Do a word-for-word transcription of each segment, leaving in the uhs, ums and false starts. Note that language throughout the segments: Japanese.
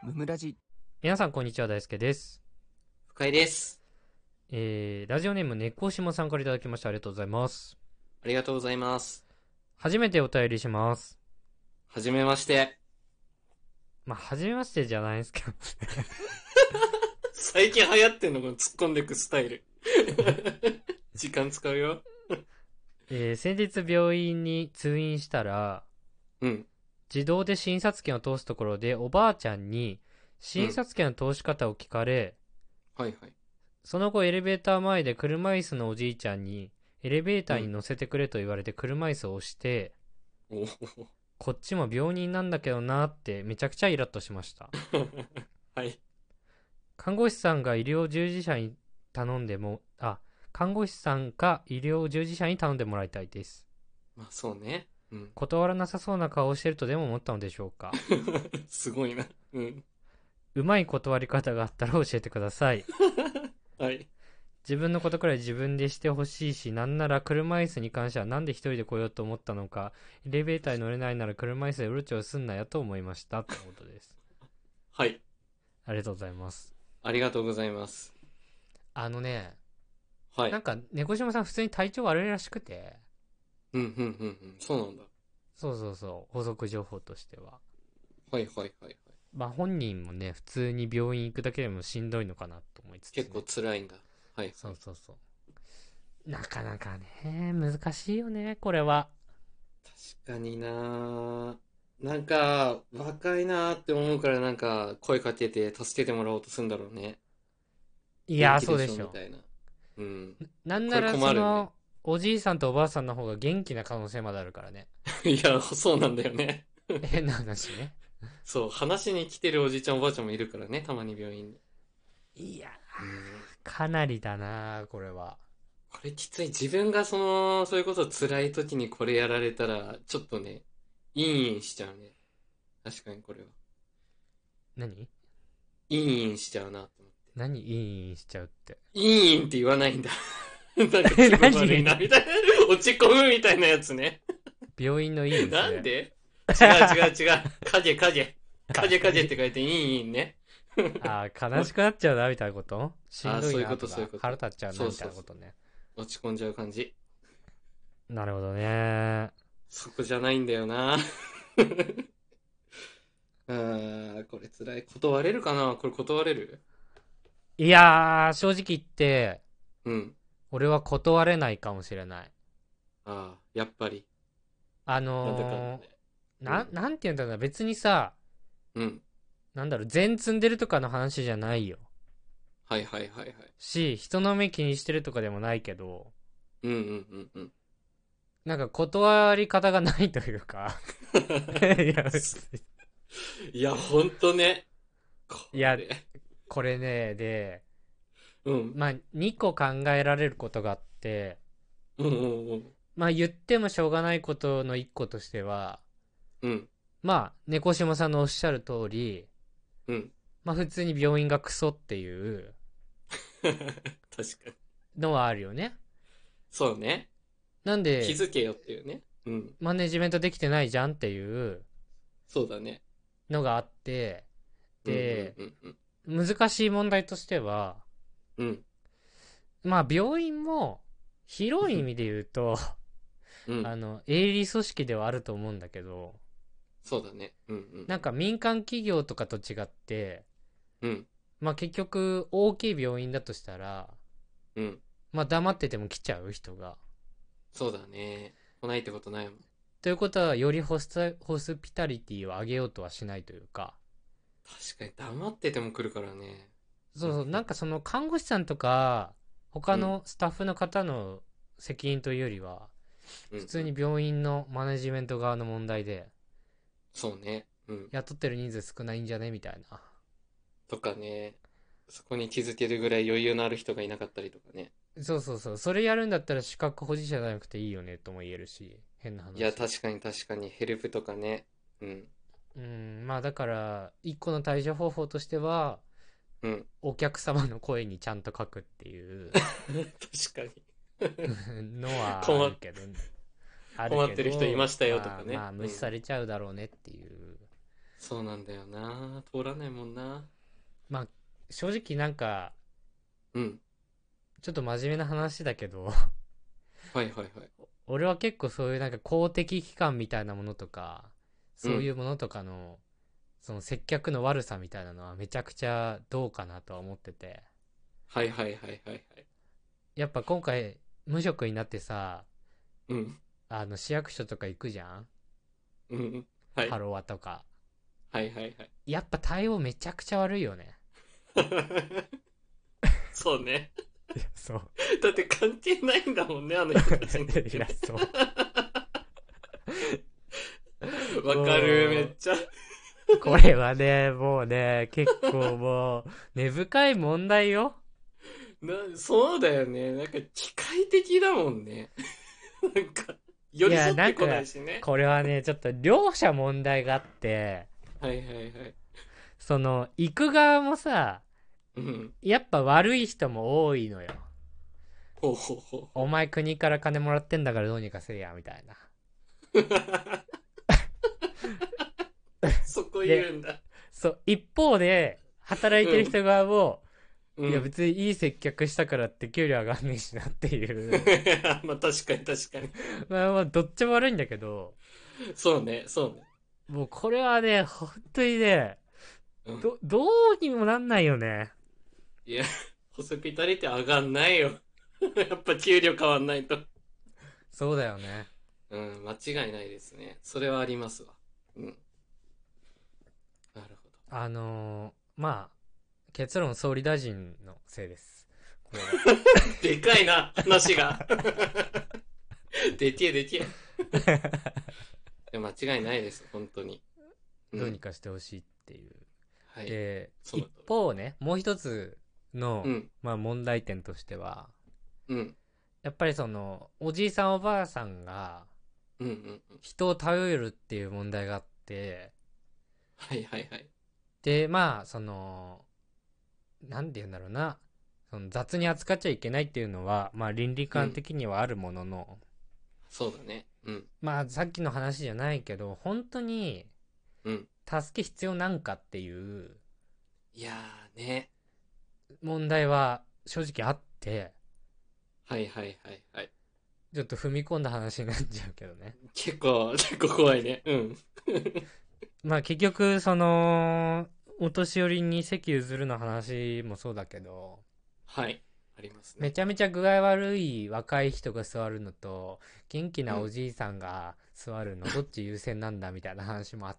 ムムラジ。 皆さんこんにちは、大輔です。 深井です。 えー、ラジオネーム猫島さんからいただきました。ありがとうございます。 ありがとうございます。 初めてお便りします。 はじめまして。 まあ、初めましてじゃないですけど最近流行ってんのこの突っ込んでくスタイル。時間使うよ。 えー、先日病院に通院したら、 うん。 自動で診察券を通すところでおばあちゃんに診察券の通し方を聞かれ、 うん、はいはい。 その後エレベーター前で車椅子のおじいちゃんにエレベーターに乗せてくれと言われて車椅子を押して、 うん、 こっちも病人なんだけどなってめちゃくちゃイラッとしました。 はい。 看護師さんが医療従事者に頼んでも、あ、看護師さんか医療従事者に頼んでもらいたいです。 まあそうね。うん。 断らなさそうな顔をしてるとでも思ったのでしょうか。 すごいな。うん。 うまい断り方があったら教えてください。 はい。 自分のことくらい自分でしてほしいし、なんなら車椅子に関してはなんで一人で来ようと思ったのか、エレベーターに乗れないなら車椅子でうろちょろすんなよと思いましたということです。 はい。 ありがとうございます。 ありがとうございます。 あのね、 はい。 なんか猫島さん普通に体調悪いらしくて、 うんうんうんうん。そうなんだ。 そうそうそう、補足情報としては。 はいはいはいはい。 まあ本人もね、普通に病院行くだけでもしんどいのかなと思いつつ、ね、 結構辛いんだ。はい、はい。 そうそうそう。なかなかね、難しいよね、これは。 確かにな。なんか、若いなーって思うからなんか、声かけて助けてもらおうとするんだろうね。 いやー、 元気でそうでしょ。 しょみたいな。うん。 なんこれならそ困るね。 の、おじいさんとおばあさんの方が元気な可能性まであるからね。 いや、そうなんだよね。 変な話ね。 そう、話に来てるおじいちゃんおばあちゃんもいるからね、たまに病院に。 いやうん。 ー、かなりだなこれは。 これきつい。自分がその、そういうこと辛い時にこれやられたら、ちょっとね、インインしちゃうね。確かにこれは。 何インインしちゃうなと思って。 何いいしちゃうって。 インインって言わないんだ。なんか気分悪いな、みたいな。落ち込むみたいなやつね。 病院のいいなんで違う違う違う。影影。影影って書いてインインね。 あー、悲しくなっちゃうな、みたいなことしんどいなとかそういうことそういうこと腹立っちゃうな、みたいなことね。 落ち込んじゃう感じ。 なるほどね。 そこじゃないんだよな。あー、これ辛い。断れるかなこれ断れる。 いやー、正直言って、 うん。 俺は断れないかもしれない。 あー、やっぱり。 あなんだかんだのね。 ー、な、なんて言うんだろうな、別にさ、 うん。 なんだろう、全積んでるとかの話じゃないよ。 はいはいはいはい。 し、人の目気にしてるとかでもないけど、 うんうんうんうん。 なんか断り方がないというか。いや、別にいや、ほんとね。こいや、 れ。 これね、で、 うん。 まあ、にこ考えられることがあって、 うんうんうん。 まあ言ってもしょうがないことのいっことしては、 うん。 まあ、猫島さんのおっしゃる通り、 うん。 まあ普通に病院がクソっていう確かに。 のはあるよね。 そうね。 なんで、 気づけよっていうね。うん。 マネジメントできてないじゃんっていうそうだね。 のがあって、 うんうんで、 うんうん。 難しい問題としては、 うん。 まあ病院も広い意味で言うと、 うん。 あの、営利組織ではあると思うんだけど、 そうだね。うんうん。 なんか民間企業とかと違って、 うん。 まあ結局大きい病院だとしたら、 うん。 まあ黙ってても来ちゃう人が。 そうだね。来ないってことないもん。 ということは、よりホスタホスピタリティを上げようとはしないというか、 確かに黙ってても来るからね。 そうそう、なんかその看護師さんとか、他うん。 のスタッフの方の責任というよりは、 うんうん。 普通に病院のマネジメント側の問題で、 そうね。うん。 雇ってる人数少ないんじゃねみたいな。 とかね。そこに気づけるぐらい余裕のある人がいなかったりとかね。 そうそうそう。それやるんだったら資格保持者じゃなくていいよねとも言えるし、変ないや、 話。 確かに確かにヘルプとかね。うん。 うん、まあだから、一個の対処方法としては、 うん。 お客様の声にちゃんと書くっていう確かに。 のはあ困っ、 るけど、あるけ困ってる人いまど、 したよとまあかね。 まあ無視さうん。 れちゃうだろうねっていう。 そうなんだよな。通らないもんな。 まあ、正直なんか、 うん。 ちょっと真面目な話だけど、 はいはいはい。 俺は結構そういうなんか公的機関みたいなものとか、そういうん。 うものとかの、その接客の悪さみたいなのはめちゃくちゃどうかなとは思ってて。 はいはいはいはいはい。 やっぱ今回、無職になってさ、 うん。 あの、市役所とか行くじゃん。 うん。はい。 ハロワとか。 はいはいはい。 やっぱ対応めちゃくちゃ悪いよね。 そうね。 そう。 だって関係ないんだもんね、あの人たちにとっいや、 てね。 そう。 わかる、めもう、 っちゃ。 これはね、もうね、結構もう、根深い問題よ。 な、そうだよね。なんか機械的だもんね。なんか、寄りいや、 添ってこななんか、 いしね。 これはね、ちょっと両者問題があって、 はいはいはい。 その、行く側もさ、 うん。 やっぱ悪い人も多いのよ。 ほうほうほうほお前国から金もらってんだからどうにかせえや、みたいな。 う。そこ言で、 うんだ。 そう、一方で、働いてる人側も、 うん。 いやうん。 別にいい接客したからって給料上がんねえしなっていう。 まあ確かに確かに。 まあまあ、どっちも悪いんだけど、 そうね、そうね。 もうこれはね、本当にね、 うん。 ど、どうにもなんないよね。 いや、ホスピタリティ上がんないよ。やっぱ給料変わんないと。 そうだよね。 うん、間違いないですね。それはありますわ。うん。なるほど。 あのー、まあ、結論総理大臣のせいです。これは。 でかいな、話が。でけえでけえ。間違いないです、本当に。うどうにん。 かしてほしいっていう。 はい。 で、一その通り。 方ね、もう一つの、 うん。 まあ問題点としては、 うん。 やっぱりその、おじいさんおばあさんがうんうんうん。 人を頼るっていう問題があって、 はいはいはい。 で、まあ、その、なんて言うんだろうな、その雑に扱っちゃいけないっていうのは、まあ倫理うん。 観的にはあるものの、 そうだね。うん。 まあさっきの話じゃないけど、本当にうん。 助け必要なんかっていういやーね。 問題は正直あって、 はいはいはいはい。 ちょっと踏み込んだ話になっちゃうけどね。 結構、結構怖いね。うん。 まあ結局、その、お年寄りに席譲るの話もそうだけど、 はい。ありますね。 めちゃめちゃ具合悪い若い人が座るのと、元気なおうん。 じいさんが座るの、どっち優先なんだみたいな話もあって、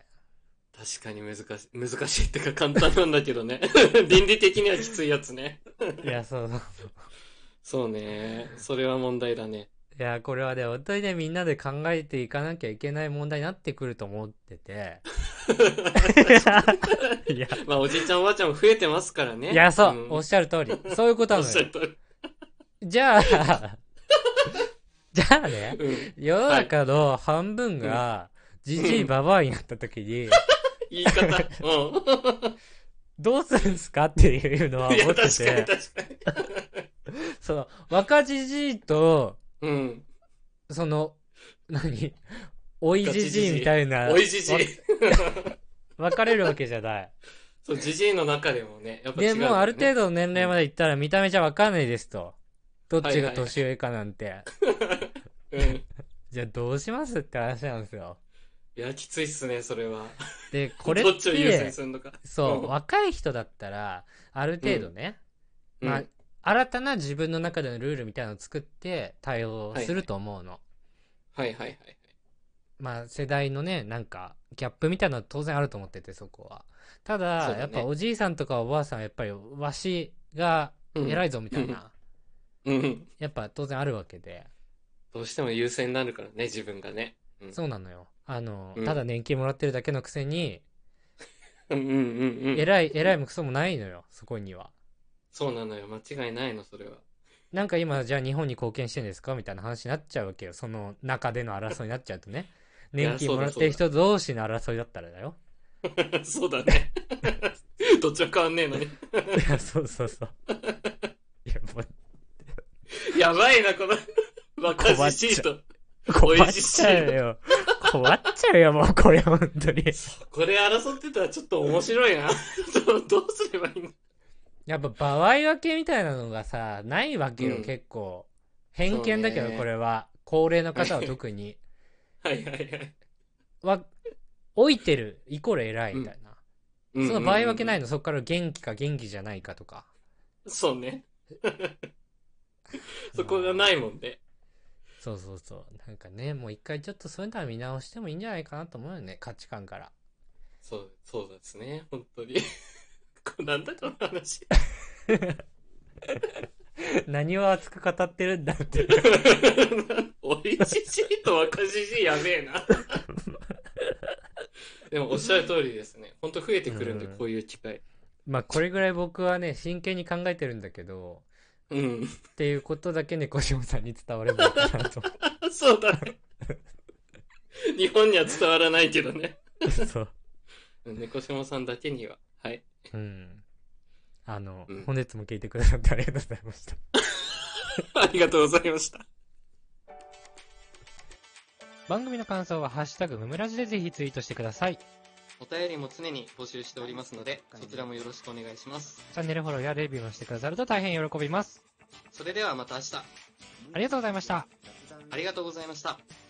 確かに難しい、難しいってか簡単なんだけどね。倫理的にはきついやつね。 いや、そうそう。 そうね。それは問題だね。 いや、これはね、本当にね、みんなで考えていかなきゃいけない問題になってくると思ってて。 確かいや、 に。まあ、おじいちゃんおばあちゃんも増えてますからね。 いや、そう、おっうん。 しゃる通り。そういうことおっなのよ。 しゃる通り。 じゃあ、じゃあね、 うん。 世のはい。 中の半分うん。 が、じじいうん。 ばばあになった時に、 言い方。うどうするんすかっていうのはん。いや、 思って確かにて、 確かに。 その、若じじいと、 うん。 その、何おいガじじいみチじじい。 たいな、わ、 おいじじい。 分かれるわけじゃない。 そう、じじいの中でもね、やっぱ違で、 うもうある程からね。 度の年うん。 齢までいったら見た目じゃわかんないですと。どっちがはいはいはい。 年上かなんて。 うん。 じゃあどうしますって話なんですよ。 いや、きついっすね、それは。 で、これっどっちを優先て、 するのか。うそう、 ん。 若い人だったら、あるうん。 程度ね、まあ、 うん。 新たな自分の中でのルールみたいなのを作って対応するはいはい。 と思うの。 はいはいはいはい。 まあ、世代のね、なんか、ギャップみたいなのは当然あると思ってて、そこは。ただ、やっぱそうだね。 おじいさんとかおばあさんはやっぱり、わしがうん。 偉いぞみうん。 たいな、 うん。 やっぱ当然あるわけで、 どうしても優先になるからね、自分がね。うん。 そうなのよ。あの、 うん。 ただ年金もらってるだけのくせに、 うんうんうんうん。 偉い、偉いもクソもないのよ、そこには。 そうなのよ。間違いないの、それは。 なんか今、じゃあ日本に貢献してんですかみたいな話になっちゃうわけよ。その中での争いになっちゃうとね。 いや、 年金そうだそうだ。 もらってる人同士の争いだったらだよ。 そうだね。どっちも変わんねえのに。 いや、そうそうそう。いや、もう、 やばいな、この若困っちゃじじいと、 う。 おい困っちじじいの。 ゃうよ。 終わっちゃうよ、もうこれ、本当に。 これ争ってたらちょっと面白いな。どうどうすればいいの？ やっぱ場合分けみたいなのがさ、ないわけよ、 うん結構。偏見だけど、 そうねこれは。高齢の方は特に。 はいはいはい。 は、老いてる、イコール偉いみたいな。 うんその場合分けないの。 の、そこから元気か元気じゃないかとか。 そうね。そこがないもんね。 そうそうそう。なんかね、もう一回ちょっとそういうのは見直してもいいんじゃないかなと思うよね、価値観から。 そう、そうですね。本当に。これなんだこの話。 何を熱く語ってるんだって。 おいしじと若じじやべえな。でもおっしゃる通りですね。本当増えてくるんで、 うんこういう機会。 まあこれぐらい僕はね、真剣に考えてるんだけど、 うん。 っていうことだけ猫島さんに伝わればいいかなと。 そうだね。日本には伝わらないけどね。 そう。 猫島さんだけには。はい。 うん。あの、 うん本日も聞いてくださってありがとうございました。 ありがとうございました。 番組の感想はハッシュタグムムラジでぜひツイートしてください。 お便りも常に募集しておりますので、そちらもよろしくお願いします。 チャンネルフォローやレビューもしてくださると大変喜びます。 それではまた明日。 ありがとうございました。 ありがとうございました。